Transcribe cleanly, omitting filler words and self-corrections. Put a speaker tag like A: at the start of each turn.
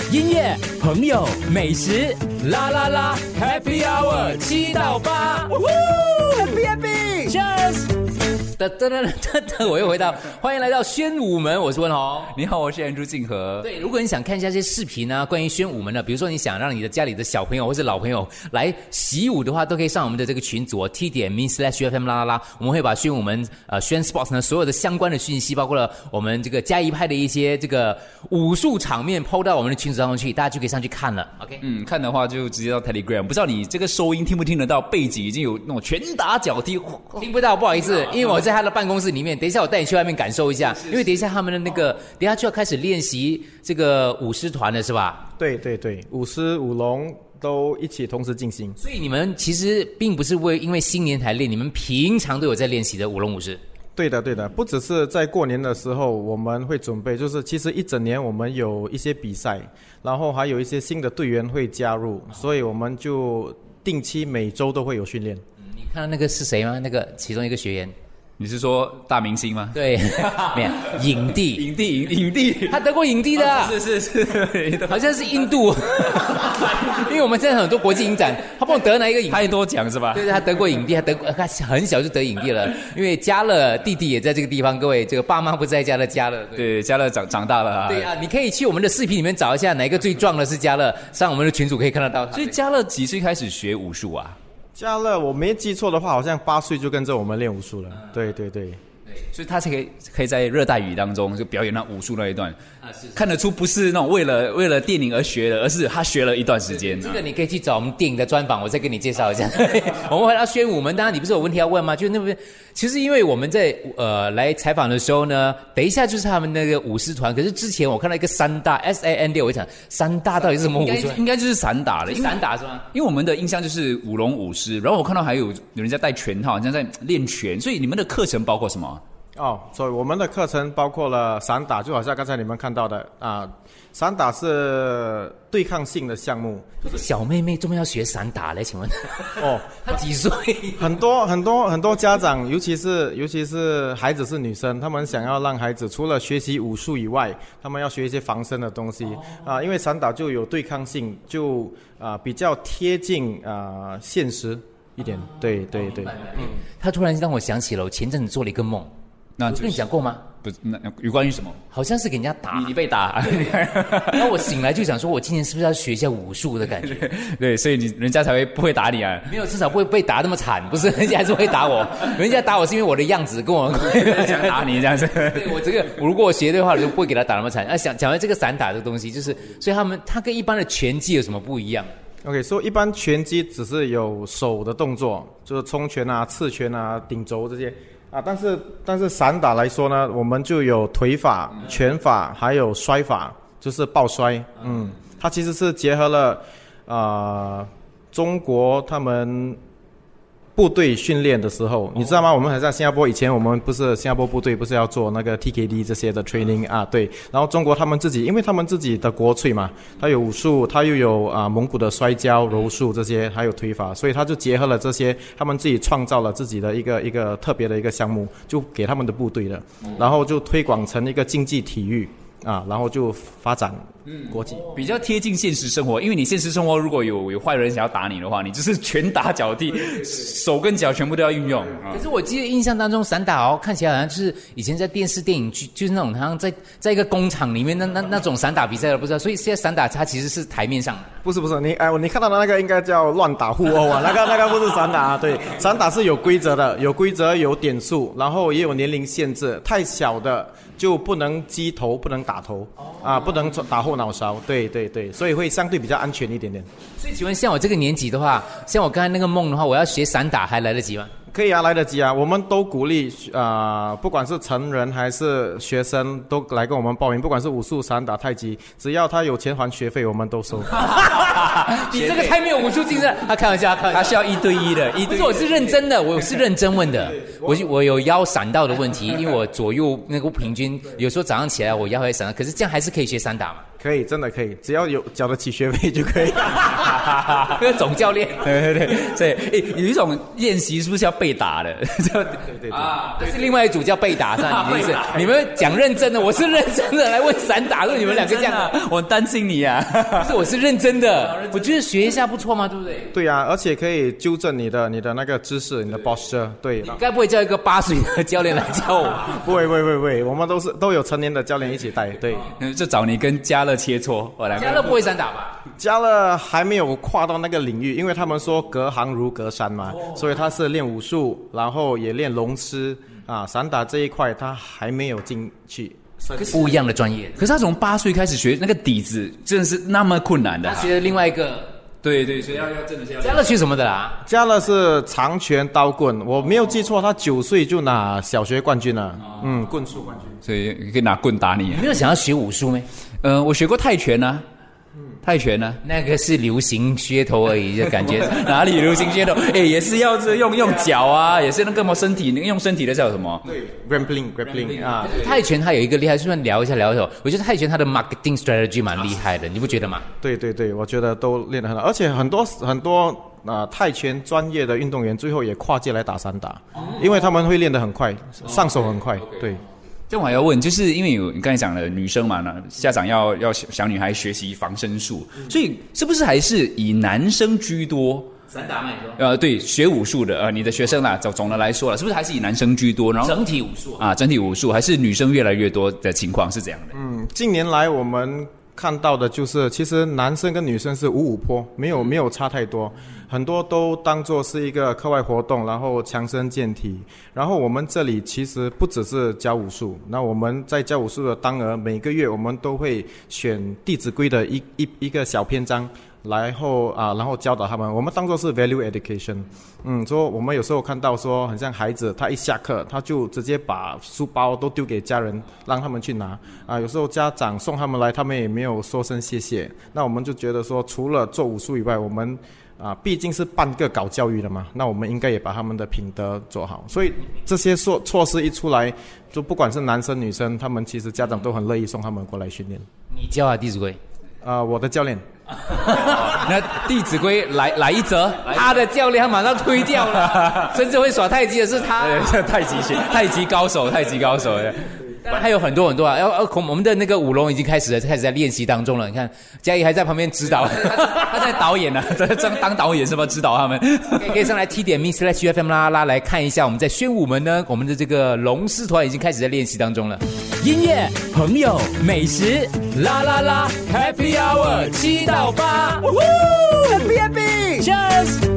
A: 音乐、朋友、美食，啦啦啦 ，Happy Hour 7到8 ，Happy Happy，Cheers！我又回到，欢迎来到宣武门，我是文宏。
B: 你好，我是Andrew静和。
A: 对，如果你想看一下这些视频啊，关于宣武门的，比如说你想让你的家里的小朋友或是老朋友来习武的话，都可以上我们的这个群组t.me/UFM 啦啦啦，我们会把宣武门宣 Sports 呢所有的相关的讯息，包括了我们这个嘉义派的一些这个武术场面 PO 到我们的群组当中去，大家就可以上去看了。OK，
B: 看的话就直接到 Telegram。不知道你这个收音听不听得到？背景已经有那种拳打脚踢，
A: 听不到，不好意思，因为我在他的办公室里面。等一下我带你去外面感受一下，因为等一下他们的那个，等一下就要开始练习这个舞狮团了，是吧？
C: 对对对，舞狮舞龙都一起同时进行。
A: 所以你们其实并不是因为新年才练，你们平常都有在练习的舞龙舞狮。
C: 对的对的，不只是在过年的时候我们会准备，就是其实一整年我们有一些比赛，然后还有一些新的队员会加入，所以我们就定期每周都会有训练。
A: 你看到那个是谁吗？那个其中一个学员。
B: 你是说大明星吗？
A: 对，没有影帝，
B: 影帝，
A: 他得过影帝的，
B: 是，
A: 好像是印度，因为我们现在很多国际影展，他不知道得哪一个影帝，
B: 太多奖是吧？
A: 对，他得过影帝，他很小就得影帝了，因为嘉乐弟弟也在这个地方，各位这个爸妈不在家的嘉乐，
B: 对，嘉乐长大了啊。
A: 对啊，你可以去我们的视频里面找一下哪一个最壮的是嘉乐，上我们的群组可以看得到。
B: 所以嘉乐几岁开始学武术啊？
C: 嘉乐，我没记错的话，好像8岁就跟着我们练武术了。对对对。
B: 所以他才可以在热带雨当中就表演那武术那一段，看得出不是那种为了电影而学的，而是他学了一段时间。
A: 这个你可以去找我们电影的专访，我再跟你介绍一下。我们回到宣武门，当然你不是有问题要问吗？就那边，其实因为我们在来采访的时候呢，等一下就是他们那个舞狮团，可是之前我看到一个散打 SAND， 我想散打到底是什么武术？
B: 应该就是散打了，
A: 散打是吗？
B: 因为我们的印象就是舞龙舞狮，然后我看到还有人在戴拳套，好像在练拳，所以你们的课程包括什么？
C: 所以我们的课程包括了散打，就好像刚才你们看到的啊，散打是对抗性的项目。
A: 小妹妹怎么要学散打嘞？请问？她几岁？
C: 很多家长，尤其是孩子是女生，他们想要让孩子除了学习武术以外，他们要学一些防身的东西因为散打就有对抗性，就比较贴近现实一点。对对对。
A: 他突然让我想起了我前阵子做了一个梦。我跟你讲过吗？
B: 不，那有关于什么？
A: 好像是给人家打，
B: 你被打。
A: 然后我醒来就想说，我今年是不是要学一下武术的感觉？
B: 对，所以人家才会不会打你啊？
A: 没有，至少不会被打那么惨。不是，人家还是会打我。人家打我是因为我的样子跟我
B: 想打你这样子。
A: 对，我如果我学对的话，我就不会给他打那么惨。讲完这个散打这个东西，就是所以他跟一般的拳击有什么不一样
C: ？OK， 所以一般拳击只是有手的动作，就是冲拳啊、刺拳啊、顶肘这些。但是散打来说呢，我们就有腿法、拳法，还有摔法，就是抱摔。它其实是结合了中国他们部队训练的时候，你知道吗？我们好像新加坡以前我们不是新加坡部队不是要做那个 TKD 这些的 training 对。然后中国他们自己，因为他们自己的国粹嘛，他有武术，他又有蒙古的摔跤、柔术这些，还有腿法，所以他就结合了这些，他们自己创造了自己的一个特别的一个项目，就给他们的部队的，然后就推广成一个竞技体育。然后就发展国际，
B: 比较贴近现实生活。因为你现实生活如果有坏人想要打你的话，你就是拳打脚踢，手跟脚全部都要运用。
A: 可是我记得印象当中，散打看起来好像就是以前在电视电影剧，就是那种好像在一个工厂里面那种散打比赛，不知道。所以现在散打它其实是台面上的。
C: 不是你看到的那个应该叫乱打互殴那个不是散打对，散打是有规则的，有规则有点数，然后也有年龄限制，太小的就不能击头，不能打头不能打后脑勺，对对对，所以会相对比较安全一点点。
A: 所以请问像我这个年纪的话，像我刚才那个梦的话，我要学散打还来得及吗？
C: 可以来得及我们都鼓励不管是成人还是学生都来跟我们报名，不管是武术、散打、太极，只要他有钱还学费，我们都收。
A: 你这个太没有武术精神，他开玩笑，
B: 他是要1对1的，
A: 不是，我是认真的，我是认真问的。我有腰闪到的问题，因为我左右那个不平均，有时候早上起来我腰会闪到，可是这样还是可以学散打嘛？
C: 可以，真的可以，只要有缴得起学费就可以。
A: 那个总教练，
B: 对，有一种练习是不是要被打的？
C: 对
A: 啊，这是另外一组叫被打，是吧？你们讲认真的，我是认真的来问散打，问你们两个这样，
B: 我担心你啊。
A: 不是，我是认真的，我觉得学一下不错嘛，对不对？
C: 对啊，而且可以纠正你的那个姿势，你的 posture。对，
A: 你该不会叫一个8岁的教练来教我？
C: 不会，我们都有成年的教练一起带。对，
B: 就找你跟嘉乐切磋，
A: 嘉乐不会散打吧？
C: 嘉乐还没有跨到那个领域，因为他们说隔行如隔山嘛，所以他是练武术，然后也练龙狮啊，散打这一块他还没有进去。
A: 不一样的专业，
B: 可是他从8岁开始学，那个底子真的是那么困难的。
A: 他学了另外一个，
B: 对，所以要真的是要。
A: 嘉乐学什么的啦？
C: 嘉乐是长拳刀棍，我没有记错，他9岁就拿小学冠军了，棍术冠军，
B: 所以可以拿棍打你。
A: 你没有想要学武术吗？
B: 我学过泰拳啊。泰拳呢？
A: 那个是流行噱头而已，就感觉
B: 哪里流行噱头？也是要用脚啊，也是那个身体，用身体的叫什么？
C: 对 ，grappling 啊。
A: 泰拳它有一一个厉害，顺便聊一下。我觉得泰拳它的 marketing strategy 蛮厉害的，你不觉得吗？
C: 对，我觉得都练得很好，而且很多泰拳专业的运动员最后也跨界来打散打，因为他们会练得很快，上手很快，对。
B: 这我还要问，就是因为你刚才讲了女生嘛，家长要小女孩学习防身术，所以是不是还是以男生居多？
A: 散打嘛，你说？
B: 对，学武术的你的学生啦，总的来说了，是不是还是以男生居多？然后
A: 整体武术
B: 整体武术还是女生越来越多的情况是这样的。
C: 近年来我们看到的就是，其实男生跟女生是五五坡，没有差太多，很多都当作是一个课外活动，然后强身健体。然后我们这里其实不只是教武术，那我们在教武术的当儿，每个月我们都会选《弟子规》的一个小篇章。然后教导他们，我们当作是 value education。说我们有时候看到说，很像孩子，他一下课他就直接把书包都丢给家人，让他们去拿有时候家长送他们来，他们也没有说声谢谢。那我们就觉得说，除了做武术以外，我们毕竟是半个搞教育的嘛，那我们应该也把他们的品德做好。所以这些措施一出来，就不管是男生女生，他们其实家长都很乐意送他们过来训练。
A: 你教《弟子规》？
C: 我的教练。
B: 那《弟子规》来一则，
A: 他的教练他马上推掉了，甚至会耍太极的是他。
B: 太极高手。
A: 还有很多我们的那个舞龙已经开始在练习当中了。你看嘉怡还在旁边指导，
B: 他在导演呢，当导演是吧？指导他们。
A: 可以上来 T.me/UFM 啦啦来看一下，我们在宣武门呢，我们的这个龙狮团已经开始在练习当中了。音乐、朋友、美食，啦啦啦 ，Happy Hour 7到8，Happy Cheers。